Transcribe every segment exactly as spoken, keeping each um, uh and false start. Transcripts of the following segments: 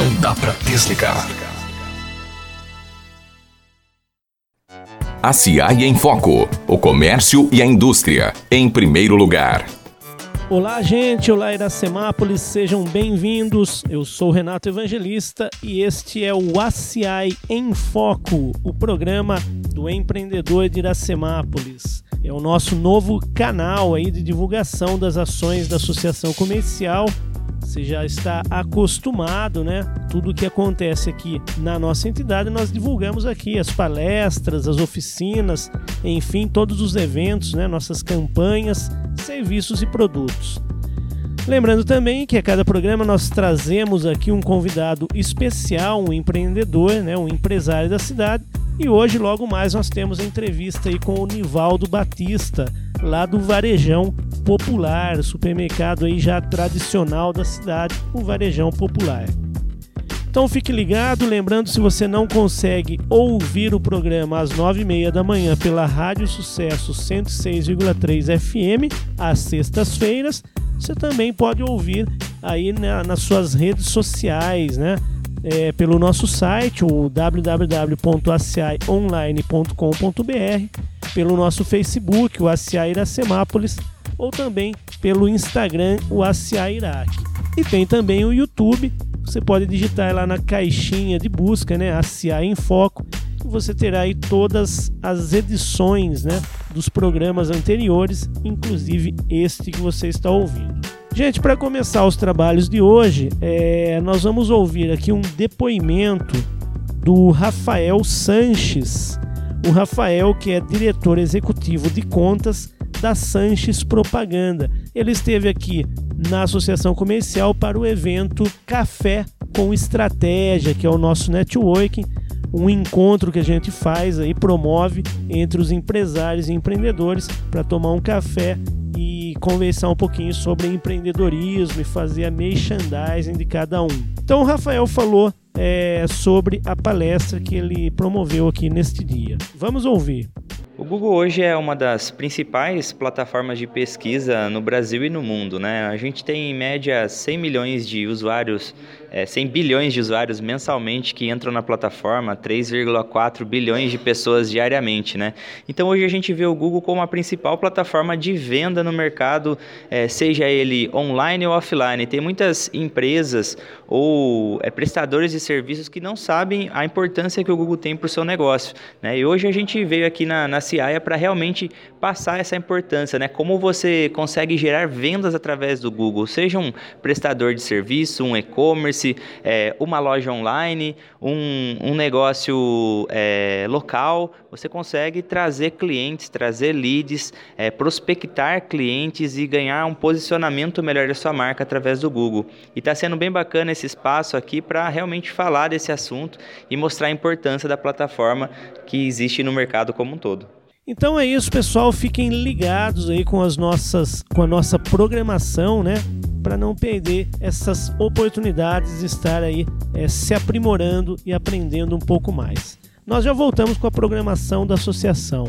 Não dá pra desligar. A C I A em Foco. O comércio e a indústria, em primeiro lugar. Olá, gente. Olá, Iracemápolis. Sejam bem-vindos. Eu sou o Renato Evangelista e este é o A C I A em Foco, o programa do empreendedor de Iracemápolis. É o nosso novo canal aí de divulgação das ações da Associação Comercial. Você já está acostumado, né? Tudo o que acontece aqui na nossa entidade, nós divulgamos aqui as palestras, as oficinas, enfim, todos os eventos, né? Nossas campanhas, serviços e produtos. Lembrando também que a cada programa nós trazemos aqui um convidado especial, um empreendedor, né? Um empresário da cidade. E hoje, logo mais, nós temos a entrevista aí com o Nivaldo Batista, lá do Varejão Popular, supermercado aí já tradicional da cidade, o Varejão Popular. Então fique ligado, lembrando, se você não consegue ouvir o programa às nove e meia da manhã pela Rádio Sucesso cento e seis vírgula três F M, às sextas-feiras, você também pode ouvir aí na, nas suas redes sociais, né? É, pelo nosso site, o w w w ponto a c i online ponto com ponto b r, pelo nosso Facebook, o A C I A Iracemápolis, ou também pelo Instagram, o A C I A Iraque. E tem também o YouTube, você pode digitar lá na caixinha de busca, né, A C I A em Foco, e você terá aí todas as edições, né, dos programas anteriores, inclusive este que você está ouvindo. Gente, para começar os trabalhos de hoje, é, nós vamos ouvir aqui um depoimento do Rafael Sanches. O Rafael, que é diretor executivo de contas da Sanches Propaganda. Ele esteve aqui na Associação Comercial para o evento Café com Estratégia, que é o nosso networking, um encontro que a gente faz aí, promove entre os empresários e empreendedores para tomar um café e conversar um pouquinho sobre empreendedorismo e fazer a merchandising de cada um. Então o Rafael falou é, sobre a palestra que ele promoveu aqui neste dia. Vamos ouvir. O Google hoje é uma das principais plataformas de pesquisa no Brasil e no mundo, né? A gente tem em média cem milhões de usuários, é, cem bilhões de usuários mensalmente que entram na plataforma, três vírgula quatro bilhões de pessoas diariamente, né? Então hoje a gente vê o Google como a principal plataforma de venda no mercado, é, seja ele online ou offline. Tem muitas empresas ou é, prestadores de serviços que não sabem a importância que o Google tem para o seu negócio, né? E hoje a gente veio aqui na, na C I A para realmente passar essa importância, né? Como você consegue gerar vendas através do Google, seja um prestador de serviço, um e-commerce, é, uma loja online, um, um negócio é, local, você consegue trazer clientes, trazer leads, é, prospectar clientes e ganhar um posicionamento melhor da sua marca através do Google. E está sendo bem bacana esse espaço aqui para realmente falar desse assunto e mostrar a importância da plataforma que existe no mercado como um todo. Então é isso, pessoal, fiquem ligados aí com as nossas, com a nossa programação, né, para não perder essas oportunidades de estar aí é, se aprimorando e aprendendo um pouco mais. Nós já voltamos com a programação da associação.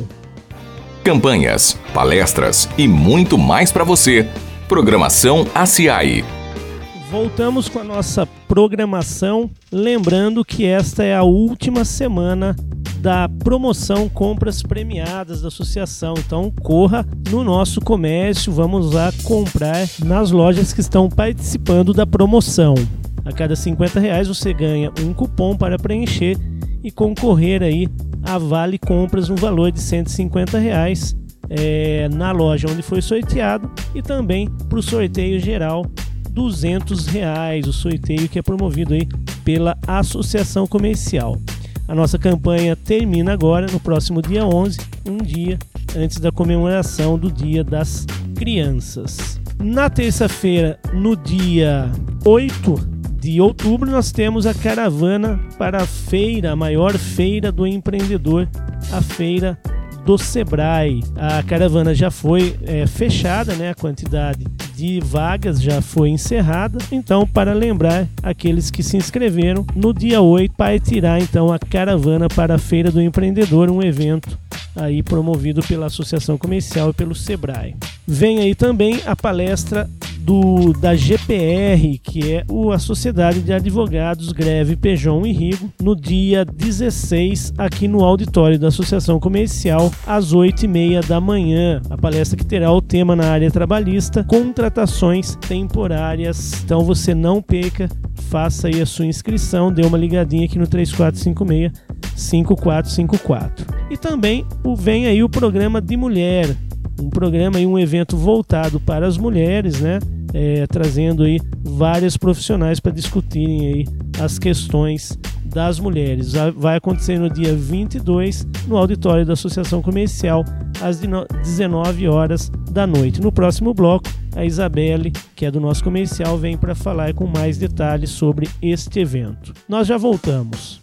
Campanhas, palestras e muito mais para você. Programação A C I A. Voltamos com a nossa programação, lembrando que esta é a última semana da promoção Compras Premiadas da associação. Então corra no nosso comércio, vamos lá comprar nas lojas que estão participando da promoção. A cada cinquenta reais você ganha um cupom para preencher e concorrer aí a vale compras no valor de cento e cinquenta reais é, na loja onde foi sorteado, e também para o sorteio geral duzentos reais, o sorteio que é promovido aí pela Associação Comercial. A nossa campanha termina agora, no próximo dia onze, um dia antes da comemoração do Dia das Crianças. Na terça-feira, no dia oito de outubro, nós temos a caravana para a feira, a maior feira do empreendedor, a feira do Sebrae. A caravana já foi é, fechada, né? A quantidade de vagas já foi encerrada. Então, para lembrar aqueles que se inscreveram, no dia oito partirá então a caravana para a Feira do Empreendedor, um evento aí promovido pela Associação Comercial e pelo Sebrae. Vem aí também a palestra do, da G P R, que é a Sociedade de Advogados Greve Pejão e Rigo, no dia dezesseis, aqui no auditório da Associação Comercial, às oito e meia da manhã. A palestra que terá o tema na área trabalhista, contratações temporárias. Então você não perca, faça aí a sua inscrição, dê uma ligadinha aqui no três quatro cinco seis, cinco quatro cinco quatro. E também vem aí o programa de mulher, um programa e um evento voltado para as mulheres, né? É, trazendo aí várias profissionais para discutirem aí as questões das mulheres. Vai acontecer no dia vinte e dois, no auditório da Associação Comercial, às dezenove horas da noite. No próximo bloco, a Isabelle, que é do nosso comercial, vem para falar com mais detalhes sobre este evento. Nós já voltamos.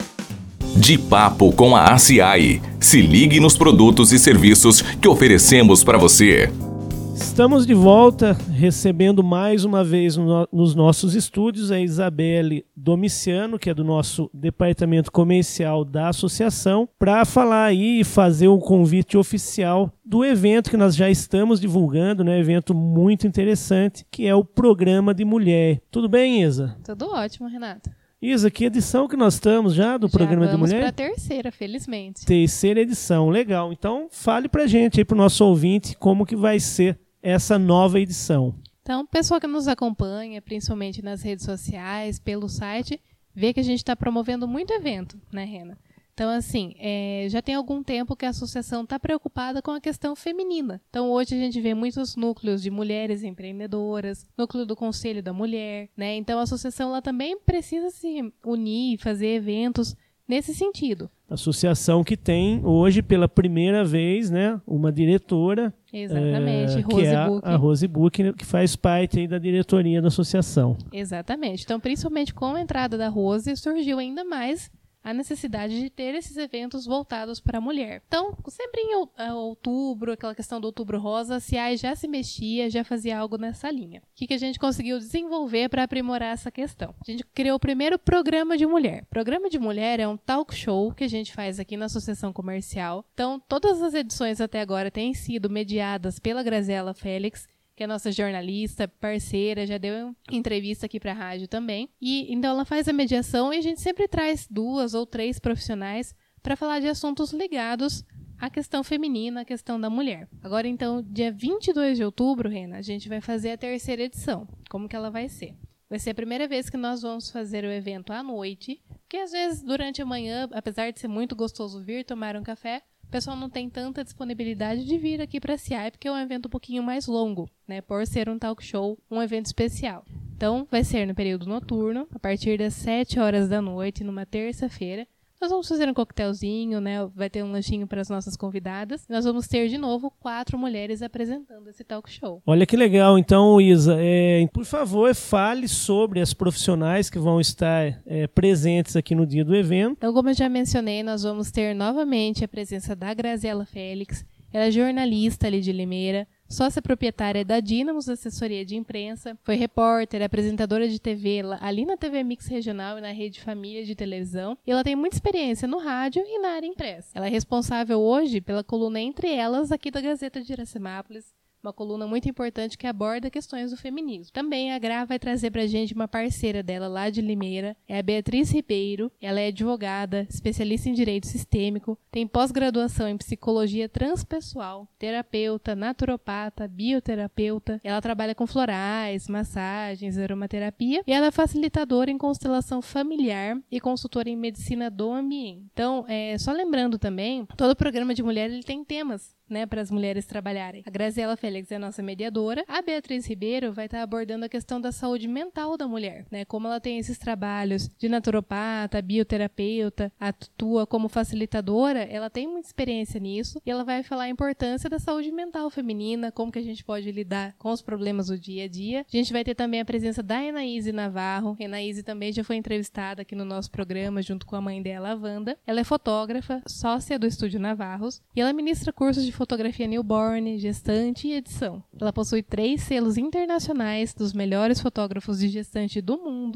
De Papo com a A C I A I. Se ligue nos produtos e serviços que oferecemos para você. Estamos de volta, recebendo mais uma vez no, nos nossos estúdios a Isabelle Domiciano, que é do nosso departamento comercial da associação, para falar aí e fazer o convite oficial do evento que nós já estamos divulgando, né? Evento muito interessante, que é o Programa de Mulher. Tudo bem, Isa? Tudo ótimo, Renato. Isa, que edição que nós estamos já do já Programa de Mulher? Já vamos para a terceira, felizmente. Terceira edição, legal. Então, fale pra gente aí, pro nosso ouvinte, como que vai ser essa nova edição. Então, o pessoal que nos acompanha, principalmente nas redes sociais, pelo site, vê que a gente está promovendo muito evento, né, Rena? Então, assim, é, já tem algum tempo que a associação está preocupada com a questão feminina. Então, hoje a gente vê muitos núcleos de mulheres empreendedoras, núcleo do Conselho da Mulher, né? Então, a associação ela também precisa se unir e fazer eventos nesse sentido. Associação que tem hoje, pela primeira vez, né, uma diretora. Exatamente, é, Rose que é Buch. A, a Rose Buch, que faz parte aí da diretoria da associação. Exatamente. Então, principalmente com a entrada da Rose, surgiu ainda mais a necessidade de ter esses eventos voltados para a mulher. Então, sempre em outubro, aquela questão do Outubro Rosa, a C I A I já se mexia, já fazia algo nessa linha. O que, que a gente conseguiu desenvolver para aprimorar essa questão? A gente criou o primeiro Programa de Mulher. Programa de Mulher é um talk show que a gente faz aqui na Associação Comercial. Então, todas as edições até agora têm sido mediadas pela Graziela Félix, que é nossa jornalista, parceira, já deu entrevista aqui para a rádio também. E então ela faz a mediação e a gente sempre traz duas ou três profissionais para falar de assuntos ligados à questão feminina, à questão da mulher. Agora, então, dia vinte e dois de outubro, Rena, a gente vai fazer a terceira edição. Como que ela vai ser? Vai ser a primeira vez que nós vamos fazer o evento à noite, porque às vezes durante a manhã, apesar de ser muito gostoso vir tomar um café, o pessoal não tem tanta disponibilidade de vir aqui para a C I A I, porque é um evento um pouquinho mais longo, né, por ser um talk show, um evento especial. Então, vai ser no período noturno, a partir das sete horas da noite, numa terça-feira. Nós vamos fazer um coquetelzinho, né? Vai ter um lanchinho para as nossas convidadas. Nós vamos ter, de novo, quatro mulheres apresentando esse talk show. Olha que legal. Então, Isa, é, por favor, fale sobre as profissionais que vão estar é, presentes aqui no dia do evento. Então, como eu já mencionei, nós vamos ter novamente a presença da Graziela Félix. Ela é jornalista ali de Limeira, sócia proprietária da Dínamos Assessoria de Imprensa, foi repórter, apresentadora de T V ali na T V Mix Regional e na Rede Família de televisão. E ela tem muita experiência no rádio e na área impressa. Ela é responsável hoje pela coluna Entre Elas, aqui da Gazeta de Iracemápolis, uma coluna muito importante que aborda questões do feminismo. Também a Gra vai trazer pra gente uma parceira dela lá de Limeira, é a Beatriz Ribeiro. Ela é advogada, especialista em direito sistêmico, tem pós-graduação em psicologia transpessoal, terapeuta, naturopata, bioterapeuta. Ela trabalha com florais, massagens, aromaterapia e ela é facilitadora em constelação familiar e consultora em medicina do ambiente. Então, é, só lembrando também, todo programa de mulher ele tem temas, né, para as mulheres trabalharem. A Graziela Félix é a nossa mediadora. A Beatriz Ribeiro vai estar abordando a questão da saúde mental da mulher, né, como ela tem esses trabalhos de naturopata, bioterapeuta, atua como facilitadora, ela tem muita experiência nisso e ela vai falar a importância da saúde mental feminina, como que a gente pode lidar com os problemas do dia a dia. A gente vai ter também a presença da Enaíse Navarro. A Enaíse também já foi entrevistada aqui no nosso programa, junto com a mãe dela, a Wanda. Ela é fotógrafa, sócia do Estúdio Navarros e ela ministra cursos de fotografia newborn, gestante e edição. Ela possui três selos internacionais dos melhores fotógrafos de gestante do mundo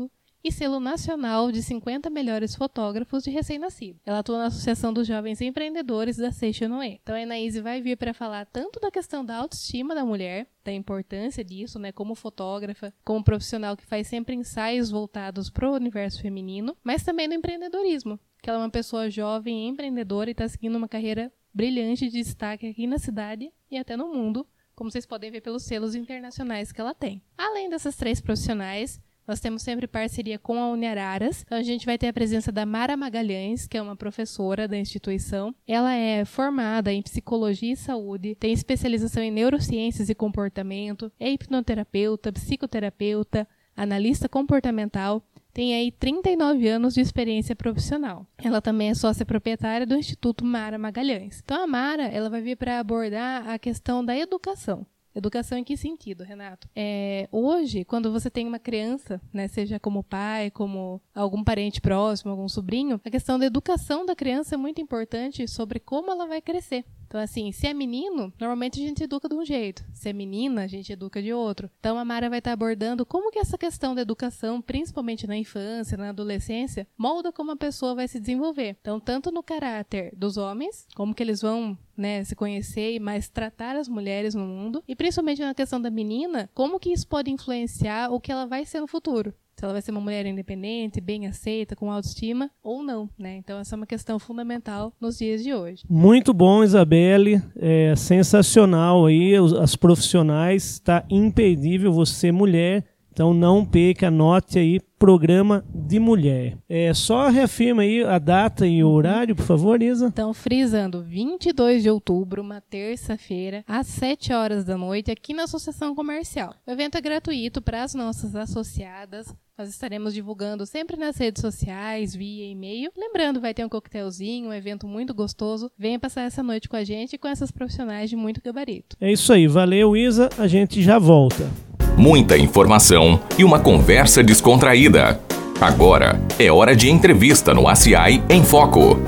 e selo nacional de cinquenta melhores fotógrafos de recém-nascido. Ela atua na Associação dos Jovens Empreendedores da Seixonoe. Então a Anaíse vai vir para falar tanto da questão da autoestima da mulher, da importância disso, né, como fotógrafa, como profissional que faz sempre ensaios voltados para o universo feminino, mas também do empreendedorismo, que ela é uma pessoa jovem e empreendedora e está seguindo uma carreira brilhante de destaque aqui na cidade e até no mundo, como vocês podem ver pelos selos internacionais que ela tem. Além dessas três profissionais, nós temos sempre parceria com a Uniararas. Então a gente vai ter a presença da Mara Magalhães, que é uma professora da instituição. Ela é formada em psicologia e saúde, tem especialização em neurociências e comportamento, é hipnoterapeuta, psicoterapeuta, analista comportamental, tem aí trinta e nove anos de experiência profissional. Ela também é sócia proprietária do Instituto Mara Magalhães. Então a Mara, ela vai vir para abordar a questão da educação. Educação em que sentido, Renato? É, hoje, quando você tem uma criança, né, seja como pai, como algum parente próximo, algum sobrinho, a questão da educação da criança é muito importante sobre como ela vai crescer. Então, assim, se é menino, normalmente a gente educa de um jeito. Se é menina, a gente educa de outro. Então, a Mara vai estar abordando como que essa questão da educação, principalmente na infância, na adolescência, molda como a pessoa vai se desenvolver. Então, tanto no caráter dos homens, como que eles vão, né, se conhecer e mais tratar as mulheres no mundo, e principalmente na questão da menina, como que isso pode influenciar o que ela vai ser no futuro. Se ela vai ser uma mulher independente, bem aceita, com autoestima, ou não, né? Então, essa é uma questão fundamental nos dias de hoje. Muito bom, Isabelle. É sensacional aí, as profissionais. Está imperdível você, mulher. Então, não perca, anote aí, programa de mulher. É, só reafirma aí a data e o horário, por favor, Isa. Então, frisando, vinte e dois de outubro, uma terça-feira, às sete horas da noite, aqui na Associação Comercial. O evento é gratuito para as nossas associadas. Nós estaremos divulgando sempre nas redes sociais, via e-mail. Lembrando, vai ter um coquetelzinho, um evento muito gostoso. Venha passar essa noite com a gente e com essas profissionais de muito gabarito. É isso aí. Valeu, Isa. A gente já volta. Muita informação e uma conversa descontraída. Agora é hora de entrevista no A C I em Foco.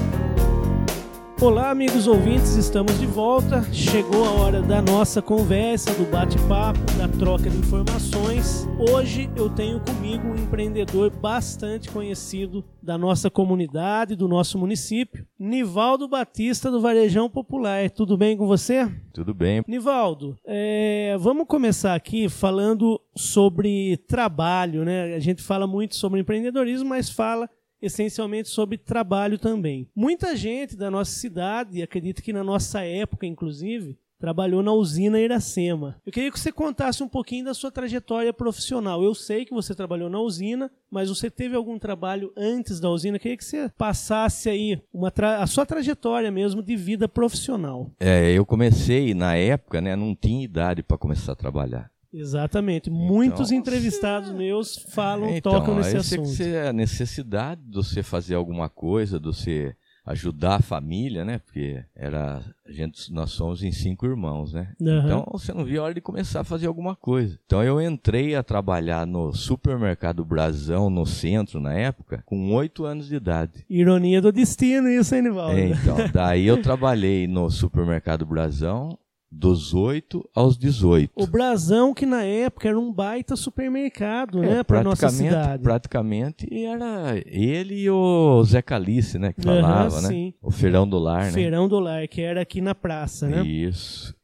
Olá, amigos ouvintes, estamos de volta. Chegou a hora da nossa conversa, do bate-papo, da troca de informações. Hoje eu tenho comigo um empreendedor bastante conhecido da nossa comunidade, do nosso município, Nivaldo Batista, do Varejão Popular. Tudo bem com você? Tudo bem. Nivaldo, é, vamos começar aqui falando sobre trabalho, né? A gente fala muito sobre empreendedorismo, mas fala essencialmente sobre trabalho também. Muita gente da nossa cidade, acredito que na nossa época, inclusive, trabalhou na usina Iracema. Eu queria que você contasse um pouquinho da sua trajetória profissional. Eu sei que você trabalhou na usina, mas você teve algum trabalho antes da usina? Eu queria que você passasse aí uma tra- a sua trajetória mesmo de vida profissional. É, eu comecei, na época, né, não tinha idade para começar a trabalhar. Exatamente. Muitos então, entrevistados você... meus falam, então, tocam nesse assunto. Você, a necessidade de você fazer alguma coisa, de você ajudar a família, né? Porque era, a gente, nós somos em cinco irmãos, né? Uhum. Então você não via a hora de começar a fazer alguma coisa. Então eu entrei a trabalhar no supermercado Brasão, no centro, na época, com oito anos de idade. Ironia do destino isso, hein, Nivaldo? É, então, daí eu trabalhei no supermercado Brasão dos oito aos dezoito. O Brasão, que na época era um baita supermercado, é, né, para nossa cidade. Praticamente era ele e o Zé Calice, né, que falava, uhum, né? Sim. O Feirão do Lar, né? Feirão do Lar, que era aqui na praça, né? Isso.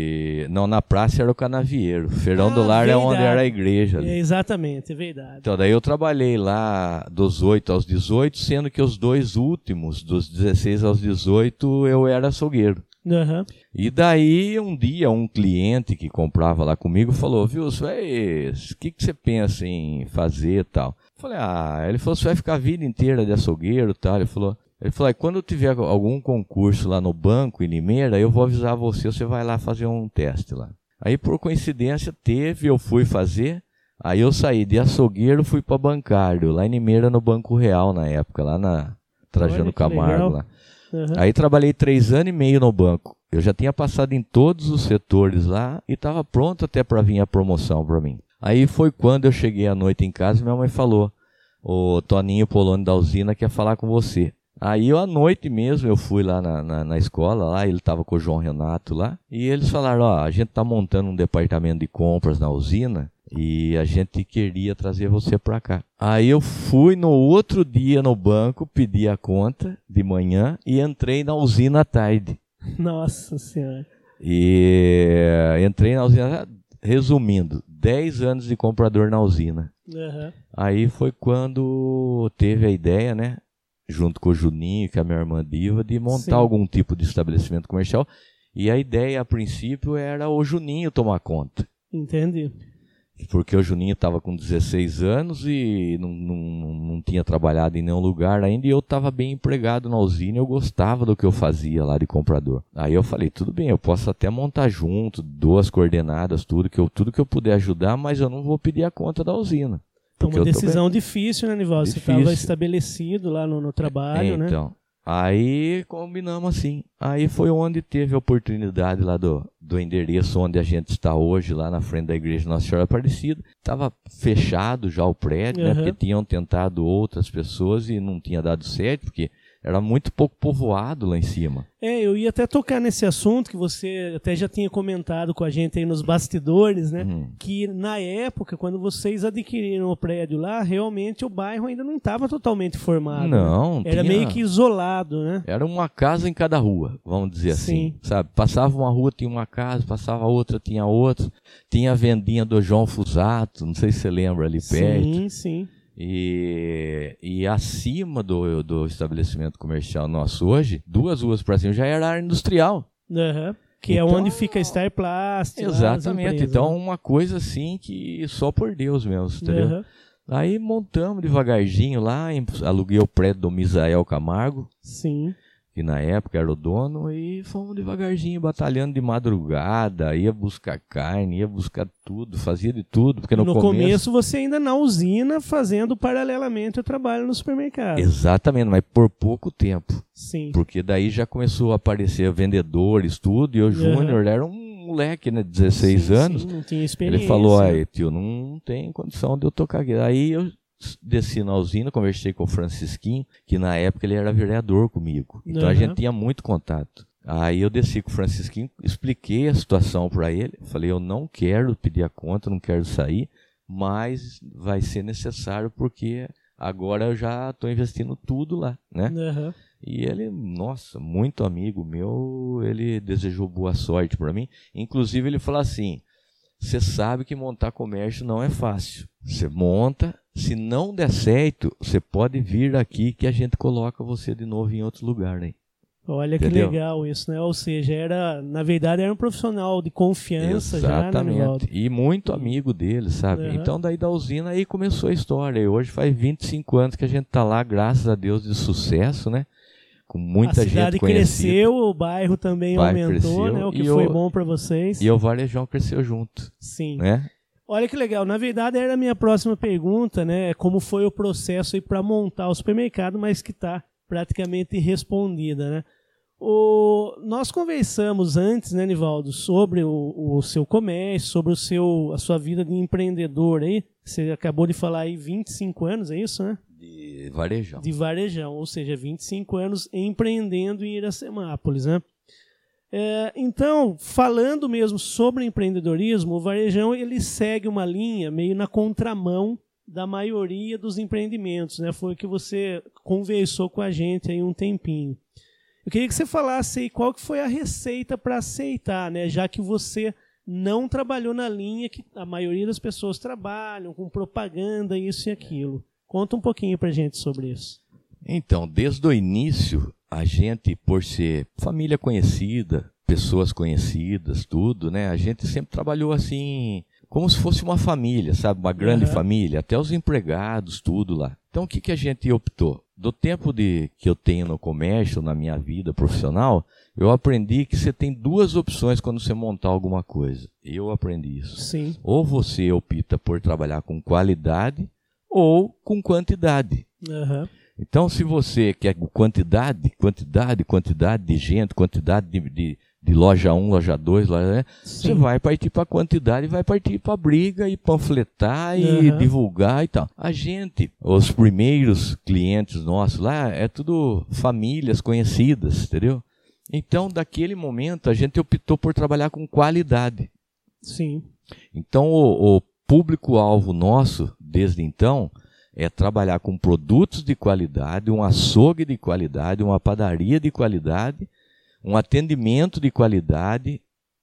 E não, na praça era o Canavieiro. Feirão ah, do Lar verdade. É onde era a igreja. É, exatamente, é verdade. Então daí eu trabalhei lá dos oito aos dezoito, sendo que os dois últimos, dos dezesseis aos dezoito, eu era açougueiro. Uhum. E daí um dia um cliente que comprava lá comigo falou, viu, o que, que você pensa em fazer e tal? Eu falei, ah, ele falou, você vai ficar a vida inteira de açougueiro e tal. Ele falou, ele falou, quando eu tiver algum concurso lá no banco em Limeira, eu vou avisar você, você vai lá fazer um teste lá. Aí por coincidência teve, eu fui fazer, aí eu saí de açougueiro, fui para bancário, lá em Limeira no Banco Real na época, lá na Trajano Camargo lá. Uhum. Aí trabalhei três anos e meio no banco. Eu já tinha passado em todos os setores lá e estava pronto até para vir a promoção para mim. Aí foi quando eu cheguei à noite em casa e minha mãe falou, o Toninho Polônio da usina quer falar com você. Aí eu à noite mesmo, eu fui lá na, na, na escola, lá ele estava com o João Renato lá, e eles falaram, ó, a gente está montando um departamento de compras na usina, E a gente queria trazer você para cá. Aí eu fui no outro dia no banco, pedi a conta de manhã e entrei na usina à tarde. Nossa Senhora. E entrei na usina, resumindo, dez anos de comprador na usina. Uhum. Aí foi quando teve a ideia, né, junto com o Juninho, que é a minha irmã Diva, de montar Sim. algum tipo de estabelecimento comercial. E a ideia, a princípio, era o Juninho tomar conta. Entendi. Porque o Juninho estava com dezesseis anos e não, não, não tinha trabalhado em nenhum lugar ainda, e eu estava bem empregado na usina, eu gostava do que eu fazia lá de comprador. Aí eu falei, tudo bem, eu posso até montar junto, duas coordenadas, tudo que eu, tudo que eu puder ajudar, mas eu não vou pedir a conta da usina. É uma decisão bem... difícil, né, Nivaldo? Você estava estabelecido lá no, no trabalho, é, né? Então, aí combinamos assim. Aí foi onde teve a oportunidade lá do, do endereço onde a gente está hoje, lá na frente da Igreja Nossa Senhora Aparecida. Estava fechado já o prédio, uhum. né? Porque tinham tentado outras pessoas e não tinha dado certo, porque era muito pouco povoado lá em cima. É, eu ia até tocar nesse assunto que você até já tinha comentado com a gente aí nos bastidores, né? Uhum. Que na época, quando vocês adquiriram o prédio lá, realmente o bairro ainda não estava totalmente formado. Não, né? Era tinha... meio que isolado, né? Era uma casa em cada rua, vamos dizer Sim. assim, sabe? Passava uma rua, tinha uma casa, passava outra, tinha outra. Tinha a vendinha do João Fusato, não sei se você lembra ali perto. Sim, sim. E, e acima do, do estabelecimento comercial nosso hoje, duas ruas para cima, já era área industrial. Uhum. Que então, é onde fica a Star Plast. Exatamente. Então, uma coisa assim que só por Deus mesmo, entendeu? Uhum. Aí montamos devagarzinho lá, aluguei o prédio do Misael Camargo. Sim. Que na época era o dono, e fomos devagarzinho, batalhando de madrugada, ia buscar carne, ia buscar tudo, fazia de tudo. Porque no, no começo... começo você ainda na usina, fazendo paralelamente o trabalho no supermercado. Exatamente, mas por pouco tempo. Sim. Porque daí já começou a aparecer vendedores, tudo, e o uhum. Júnior era um moleque, né, dezesseis sim, anos. Sim, não tinha experiência. Ele falou, aí tio, não tem condição de eu tocar aqui. Aí eu... desci na usina, conversei com o Francisquinho, que na época ele era vereador comigo. Então uhum. a gente tinha muito contato. Aí eu desci com o Francisquinho, expliquei a situação para ele. Falei, eu não quero pedir a conta, não quero sair, mas vai ser necessário porque agora eu já estou investindo tudo lá, né? Uhum. E ele, nossa, muito amigo meu, ele desejou boa sorte para mim. Inclusive ele falou assim, você sabe que montar comércio não é fácil. Você monta, se não der certo, você pode vir aqui que a gente coloca você de novo em outro lugar, né? Olha Entendeu? Que legal isso, né? Ou seja, era, na verdade era um profissional de confiança. Exatamente. Já, né, e muito amigo dele, sabe? Uhum. Então daí da usina aí começou a história. E hoje faz vinte e cinco anos que a gente tá lá, graças a Deus, de sucesso, né? Com muita gente conhecida. A cidade cresceu, o bairro também o bairro aumentou, cresceu, né? O que foi o, bom para vocês. E o varejão cresceu junto. Sim. Né? Olha que legal. Na verdade, era a minha próxima pergunta, né? Como foi o processo aí para montar o supermercado, mas que está praticamente respondida, né? O... Nós conversamos antes, né, Nivaldo, sobre o, o seu comércio, sobre o seu, a sua vida de empreendedor aí. Você acabou de falar aí vinte e cinco anos, é isso, né? De varejão. De varejão, ou seja, vinte e cinco anos empreendendo em Iracemápolis, né? É, então, falando mesmo sobre empreendedorismo, o varejão ele segue uma linha meio na contramão da maioria dos empreendimentos, né? Foi o que você conversou com a gente aí um tempinho. Eu queria que você falasse aí qual que foi a receita para aceitar, né? Já que você não trabalhou na linha que a maioria das pessoas trabalham, com propaganda, isso e aquilo. Conta um pouquinho pra gente sobre isso. Então, desde o início, a gente, por ser família conhecida, pessoas conhecidas, tudo, né? A gente sempre trabalhou assim, como se fosse uma família, sabe? Uma grande uhum. família, até os empregados, tudo lá. Então, o que, que a gente optou? Do tempo de, que eu tenho no comércio, na minha vida profissional, eu aprendi que você tem duas opções quando você montar alguma coisa. Eu aprendi isso. Sim. Ou você opta por trabalhar com qualidade ou com quantidade. Uhum. Então, se você quer quantidade, quantidade, quantidade de gente, quantidade de, de, de loja um, loja dois, loja, né? Você vai partir para quantidade, vai partir para briga e panfletar e uhum. divulgar e tal. A gente, os primeiros clientes nossos lá, é tudo famílias conhecidas, entendeu? Então, daquele momento, a gente optou por trabalhar com qualidade. Sim. Então, o, o público-alvo nosso, desde então, é trabalhar com produtos de qualidade, um açougue de qualidade, uma padaria de qualidade, um atendimento de qualidade,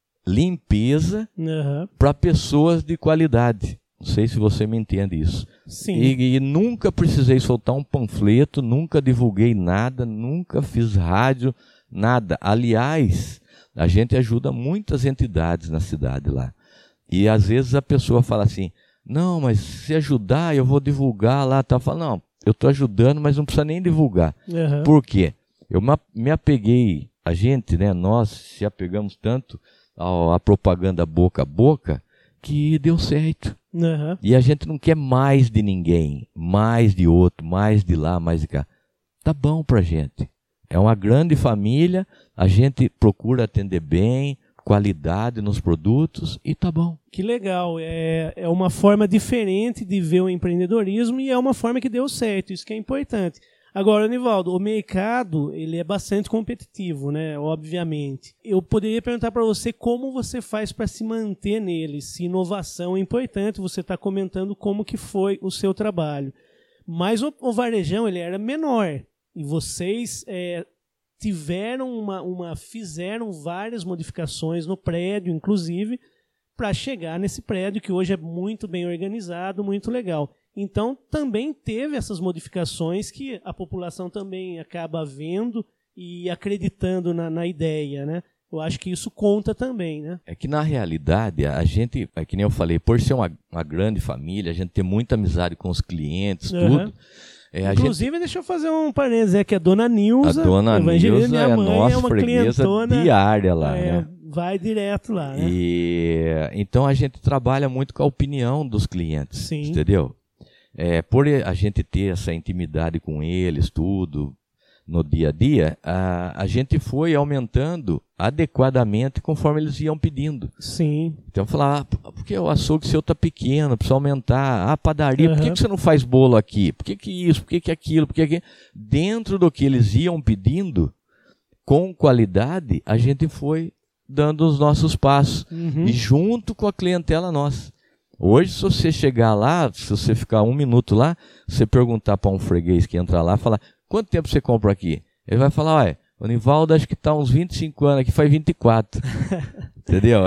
limpeza Uhum. para pessoas de qualidade. Não sei se você me entende isso. Sim. E, e nunca precisei soltar um panfleto, nunca divulguei nada, nunca fiz rádio, nada. Aliás, a gente ajuda muitas entidades na cidade lá. E às vezes a pessoa fala assim, não, mas se ajudar eu vou divulgar lá. Tá? Eu falo, não, eu estou ajudando, mas não precisa nem divulgar. Uhum. Por quê? Eu me apeguei, a gente, né, nós se apegamos tanto à propaganda boca a boca, que deu certo. Uhum. E a gente não quer mais de ninguém, mais de outro, mais de lá, mais de cá. Tá bom pra gente. É uma grande família, a gente procura atender bem, qualidade nos produtos e tá bom. Que legal. É, é uma forma diferente de ver o empreendedorismo e é uma forma que deu certo, isso que é importante. Agora, Nivaldo, o mercado ele é bastante competitivo, né? Obviamente. Eu poderia perguntar para você como você faz para se manter nele, se inovação é importante, você está comentando como que foi o seu trabalho. Mas o, o varejão ele era menor e vocês é, tiveram uma, uma, fizeram várias modificações no prédio, inclusive, para chegar nesse prédio que hoje é muito bem organizado, muito legal. Então, também teve essas modificações que a população também acaba vendo e acreditando na, na ideia, né? Eu acho que isso conta também, né? É que, na realidade, a gente, é que nem eu falei, por ser uma, uma grande família, a gente tem muita amizade com os clientes, Uhum. tudo. É, Inclusive, gente, deixa eu fazer um parênteses aqui, a dona Nilza, a dona Evangelina, Nilza minha é a mãe, nossa é uma freguesa clientona diária lá, é, né? Vai direto lá, né? E, então, a gente trabalha muito com a opinião dos clientes, Sim. entendeu? É, por a gente ter essa intimidade com eles, tudo, no dia a dia, a, a gente foi aumentando adequadamente conforme eles iam pedindo. Sim. Então, falar, ah, porque o açougue seu está pequeno, precisa aumentar. Ah, a padaria, Uhum. por que, que você não faz bolo aqui? Por que, que isso? Por que, que aquilo? Por que, que... Dentro do que eles iam pedindo, com qualidade, a gente foi dando os nossos passos. Uhum. E junto com a clientela nossa. Hoje, se você chegar lá, se você ficar um minuto lá, você perguntar para um freguês que entra lá, falar, quanto tempo você compra aqui? Ele vai falar, olha, o Nivaldo acho que está uns vinte e cinco anos, aqui faz vinte e quatro. Entendeu?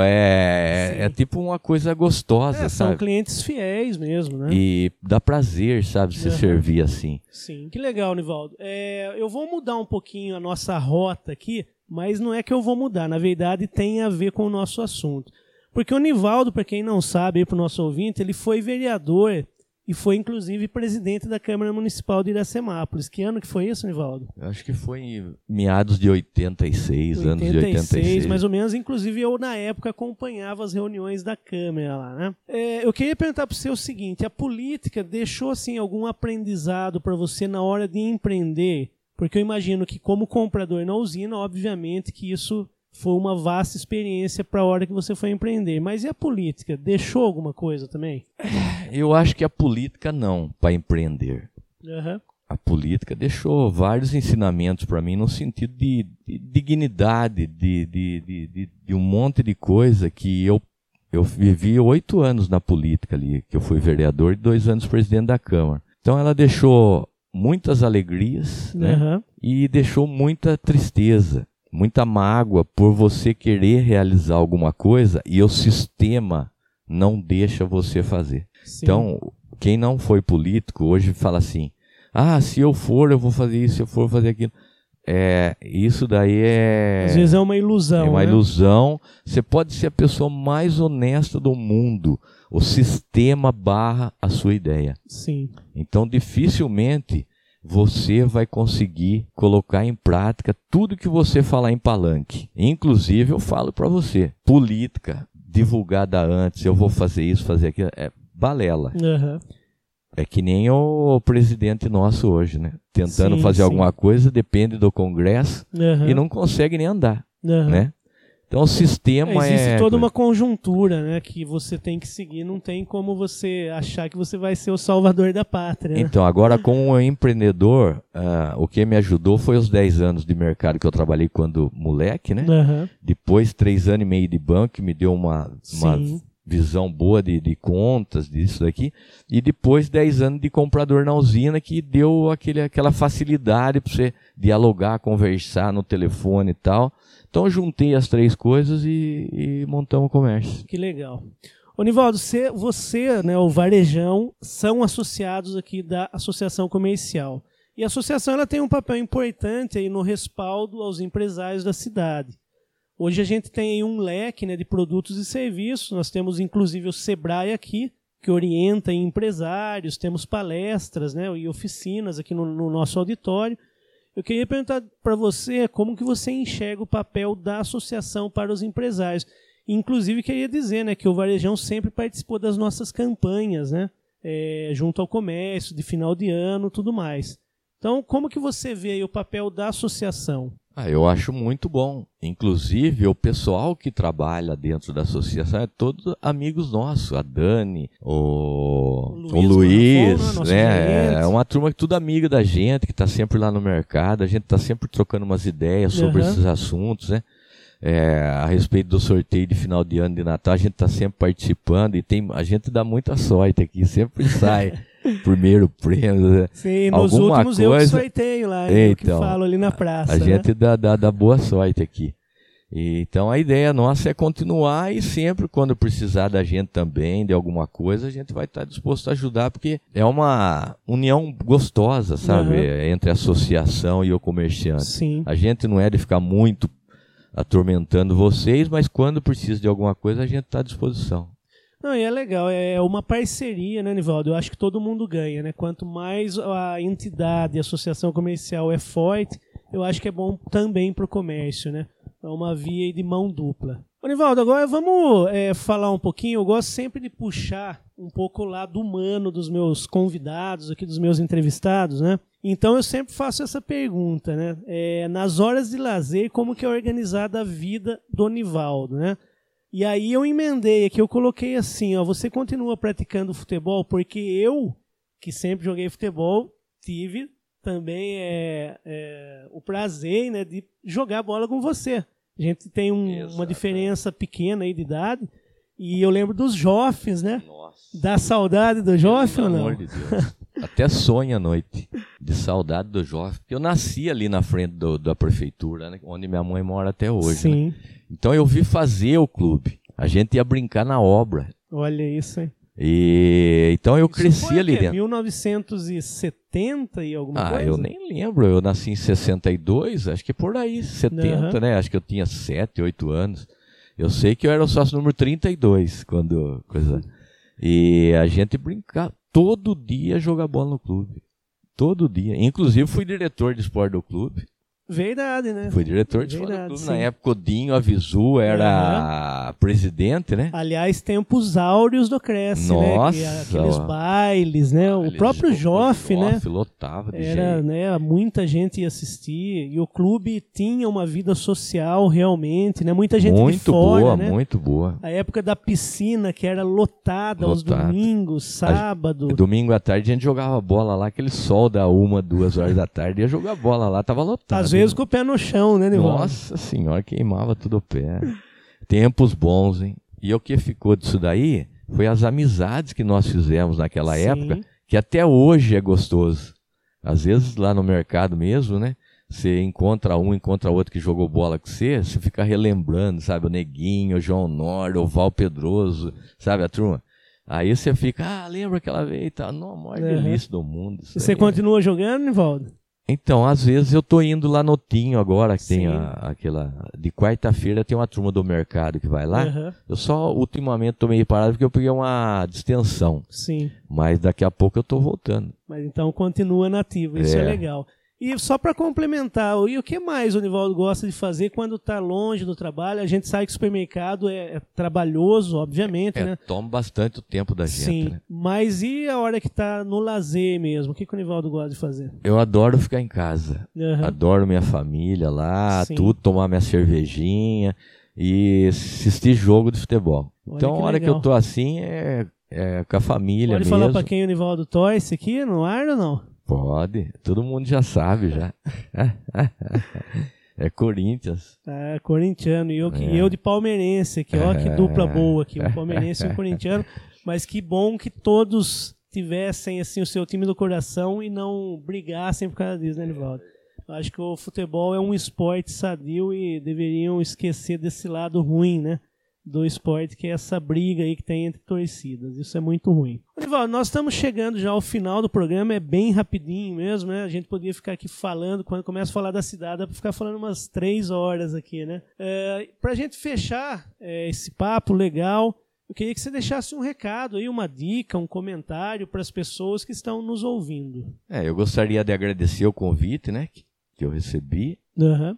É, é, é tipo uma coisa gostosa, É, sabe? são clientes fiéis mesmo, né? E dá prazer, sabe, se Uhum. servir assim. Sim, que legal, Nivaldo. É, eu vou mudar um pouquinho a nossa rota aqui, mas não é que eu vou mudar, na verdade tem a ver com o nosso assunto. Porque o Nivaldo, para quem não sabe, para o nosso ouvinte, ele foi vereador e foi inclusive presidente da Câmara Municipal de Iracemápolis. Que ano que foi isso, Nivaldo? Eu acho que foi em meados de oitenta e seis, anos de oitenta e seis. Mais ou menos. Inclusive eu, na época, acompanhava as reuniões da Câmara lá, né? É, eu queria perguntar para você o seguinte, a política deixou, assim, algum aprendizado para você na hora de empreender? Porque eu imagino que, como comprador na usina, obviamente que isso foi uma vasta experiência para a hora que você foi empreender. Mas e a política? Deixou alguma coisa também? Eu acho que a política não, para empreender. Uhum. A política deixou vários ensinamentos para mim no sentido de, de dignidade, de, de, de, de, de um monte de coisa que eu, eu vivi oito anos na política ali, que eu fui vereador e dois anos presidente da Câmara. Então ela deixou muitas alegrias, né? Uhum. E deixou muita tristeza, muita mágoa por você querer realizar alguma coisa e o sistema não deixa você fazer. Sim. Então, quem não foi político hoje fala assim, ah, se eu for, eu vou fazer isso, se eu for fazer aquilo. É, isso daí é... Às vezes é uma ilusão, É uma né? ilusão. Você pode ser a pessoa mais honesta do mundo. O sistema barra a sua ideia. Sim. Então, dificilmente você vai conseguir colocar em prática tudo que você falar em palanque. Inclusive, eu falo para você, política divulgada antes, eu vou fazer isso, fazer aquilo, é balela. Uhum. É que nem o presidente nosso hoje, né? Tentando Sim, fazer sim. alguma coisa, depende do Congresso Uhum. e não consegue nem andar, Uhum. né? Então o sistema É, existe é... toda uma conjuntura, né, que você tem que seguir. Não tem como você achar que você vai ser o salvador da pátria, né? Então, agora como empreendedor, uh, o que me ajudou foi os dez anos de mercado que eu trabalhei quando moleque, né? Uhum. Depois, três anos e meio de banco, que me deu uma, uma Sim. visão boa de, de contas, disso daqui, e depois dez anos de comprador na usina, que deu aquele, aquela facilidade para você dialogar, conversar no telefone e tal. Então eu juntei as três coisas e, e montamos o comércio. Que legal. Ô Nivaldo, você, você, né, o Varejão, são associados aqui da Associação Comercial. E a associação ela tem um papel importante aí no respaldo aos empresários da cidade. Hoje a gente tem aí um leque, né, de produtos e serviços. Nós temos inclusive o Sebrae aqui, que orienta empresários, temos palestras, né, e oficinas aqui no, no nosso auditório. Eu queria perguntar para você como que você enxerga o papel da associação para os empresários. Inclusive, queria dizer, né, que o Varejão sempre participou das nossas campanhas, né, é, junto ao comércio, de final de ano, tudo mais. Então, como que você vê aí o papel da associação? Ah, eu acho muito bom. Inclusive, o pessoal que trabalha dentro da associação é todos amigos nossos. A Dani, o, o Luiz, o Luiz Marafon, né? É uma turma que tudo amiga da gente, que está sempre lá no mercado. A gente está sempre trocando umas ideias sobre uhum. esses assuntos, né? É, a respeito do sorteio de final de ano de Natal, a gente está sempre participando e tem, a gente dá muita sorte aqui, sempre sai primeiro prêmio. Né? Sim, nos Alguma últimos coisa... eu que sorteio lá, então, eu que falo ali na praça. A, a né? gente dá, dá, dá boa sorte aqui. E, então a ideia nossa é continuar e sempre quando precisar da gente também, de alguma coisa, a gente vai estar disposto a ajudar, porque é uma união gostosa, sabe, uhum. entre a associação e o comerciante. Sim. A gente não é de ficar muito atormentando vocês, mas quando precisa de alguma coisa, a gente está à disposição. Não, e é legal, é uma parceria, né, Nivaldo? Eu acho que todo mundo ganha, né? Quanto mais a entidade, a associação comercial é forte, eu acho que é bom também para o comércio, né? É uma via de mão dupla. Ô, Nivaldo, agora vamos é, falar um pouquinho. Eu gosto sempre de puxar um pouco o lado humano dos meus convidados, aqui dos meus entrevistados, né? Então eu sempre faço essa pergunta, né? É, nas horas de lazer, como que é organizada a vida do Nivaldo, né? E aí eu emendei aqui, eu coloquei assim, ó, você continua praticando futebol? Porque eu, que sempre joguei futebol, tive também é, é, o prazer, né, de jogar bola com você. A gente tem um, uma diferença pequena aí de idade. E eu lembro dos Joffens, né? Nossa. Da saudade do Joffem ou não? Pelo amor de Deus. Até sonho à noite de saudade do Joffem. Porque eu nasci ali na frente do, da prefeitura, né? Onde minha mãe mora até hoje. Sim. Né? Então eu vi fazer o clube. A gente ia brincar na obra. Olha isso, hein? E então eu isso cresci foi ali aqui, dentro. mil novecentos e setenta e alguma ah, coisa? Ah, eu nem lembro. Eu nasci em sessenta e dois, acho que por aí, setenta, uhum. né? Acho que eu tinha sete, oito anos. Eu sei que eu era o sócio número trinta e dois quando coisa. E a gente brincava todo dia, jogar bola no clube. Todo dia. Inclusive fui diretor de esporte do clube. Verdade, né? Fui diretor de Verdade, clube. Na época o Dinho Avisu era uhum. presidente, né? Aliás, tempos áureos do Cresce, Nossa, né? Aqueles ó. bailes, né? Bailes, o próprio Joff, né? lotava de era, gente. né? Muita gente ia assistir e o clube tinha uma vida social realmente, né? Muita gente muito de fora, boa, né? Muito boa. A época da piscina que era lotada, lotada. aos domingos, sábado. A, domingo à tarde a gente jogava bola lá, aquele sol da uma, duas horas da tarde, ia jogar bola lá, tava lotado. Às vezes com o pé no chão, né, Nivaldo? Nossa senhora, queimava tudo o pé. Tempos bons, hein? E o que ficou disso daí foi as amizades que nós fizemos naquela Sim. época, que até hoje é gostoso. Às vezes lá no mercado mesmo, né? Você encontra um, encontra outro que jogou bola com você, você fica relembrando, sabe? O Neguinho, o João Nord, o Val Pedroso, sabe a turma? Aí você fica, ah, lembra aquela vez e tal. Não, a maior uhum. delícia do mundo. E você aí. continua jogando, Nivaldo? Então, às vezes eu tô indo lá no Tinho agora, que Sim. tem a, aquela... De quarta-feira tem uma turma do mercado que vai lá. Uhum. Eu só, ultimamente, tô meio parado porque eu peguei uma distensão. Sim. Mas daqui a pouco eu tô voltando. Mas então continua nativo, isso é, é legal. E só para complementar, e o que mais o Nivaldo gosta de fazer quando está longe do trabalho? A gente sabe que o supermercado é, é trabalhoso, obviamente, é, né? Toma bastante o tempo da gente, Sim, né? Mas e a hora que está no lazer mesmo? O que, que o Nivaldo gosta de fazer? Eu adoro ficar em casa. Uhum. Adoro minha família lá, Sim. tudo, tomar minha cervejinha e assistir jogo de futebol. Olha, então, a hora legal. que eu tô assim é, é com a família Pode mesmo. Pode falar para quem o Nivaldo torce aqui no ar ou não? Pode, todo mundo já sabe já. É Corinthians. Ah, corintiano. E eu, que, é. eu de palmeirense aqui. Ó, que dupla boa aqui. Um palmeirense e um corintiano. Mas que bom que todos tivessem assim, o seu time do coração e não brigassem por causa disso, né, Nivaldo? Eu acho que o futebol é um esporte sadio e deveriam esquecer desse lado ruim, né? Do esporte, que é essa briga aí que tem entre torcidas. Isso é muito ruim. Nivaldo, nós estamos chegando já ao final do programa, é bem rapidinho mesmo, né? A gente podia ficar aqui falando, quando começa a falar da cidade, dá para ficar falando umas três horas aqui, né? É, para a gente fechar é, esse papo legal, eu queria que você deixasse um recado aí, uma dica, um comentário para as pessoas que estão nos ouvindo. É, eu gostaria de agradecer o convite, né, que, que eu recebi. Uhum.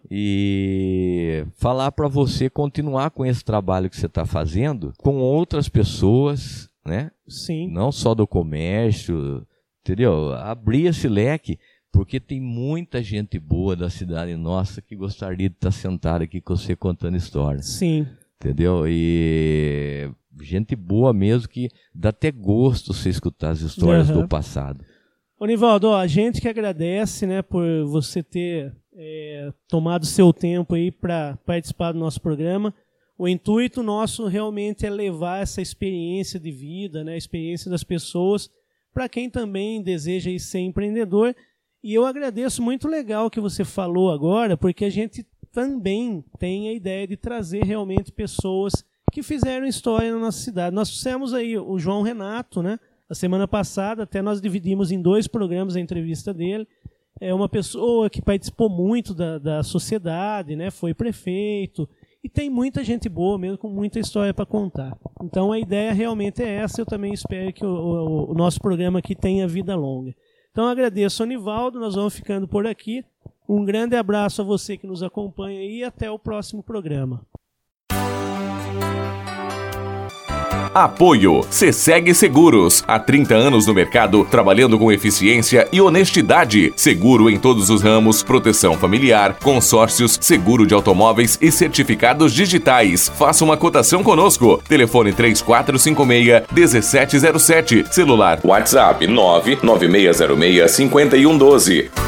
E falar para você continuar com esse trabalho que você está fazendo com outras pessoas, né? Sim. Não só do comércio, entendeu? Abrir esse leque, porque tem muita gente boa da cidade nossa que gostaria de estar sentada aqui com você contando histórias. Sim. Entendeu? E gente boa mesmo que dá até gosto você escutar as histórias uhum. do passado. Ô, Nivaldo, ó, a gente que agradece, né, por você ter é, tomado seu tempo aí para participar do nosso programa. O intuito nosso realmente é levar essa experiência de vida, né, a experiência das pessoas, para quem também deseja ir ser empreendedor. E eu agradeço, muito legal o que você falou agora, porque a gente também tem a ideia de trazer realmente pessoas que fizeram história na nossa cidade. Nós fizemos aí o João Renato, né? A semana passada, até nós dividimos em dois programas a entrevista dele. É uma pessoa que participou muito da, da sociedade, né? Foi prefeito. E tem muita gente boa mesmo, com muita história para contar. Então a ideia realmente é essa. Eu também espero que o, o, o nosso programa aqui tenha vida longa. Então eu agradeço ao Nivaldo. Nós vamos ficando por aqui. Um grande abraço a você que nos acompanha e até o próximo programa. Apoio Ceseg Seguros. Há trinta anos no mercado, trabalhando com eficiência e honestidade. Seguro em todos os ramos, proteção familiar, consórcios, seguro de automóveis e certificados digitais. Faça uma cotação conosco. Telefone três quatro cinco seis, um sete zero sete. Celular WhatsApp nove nove seis zero seis, cinco um um doze.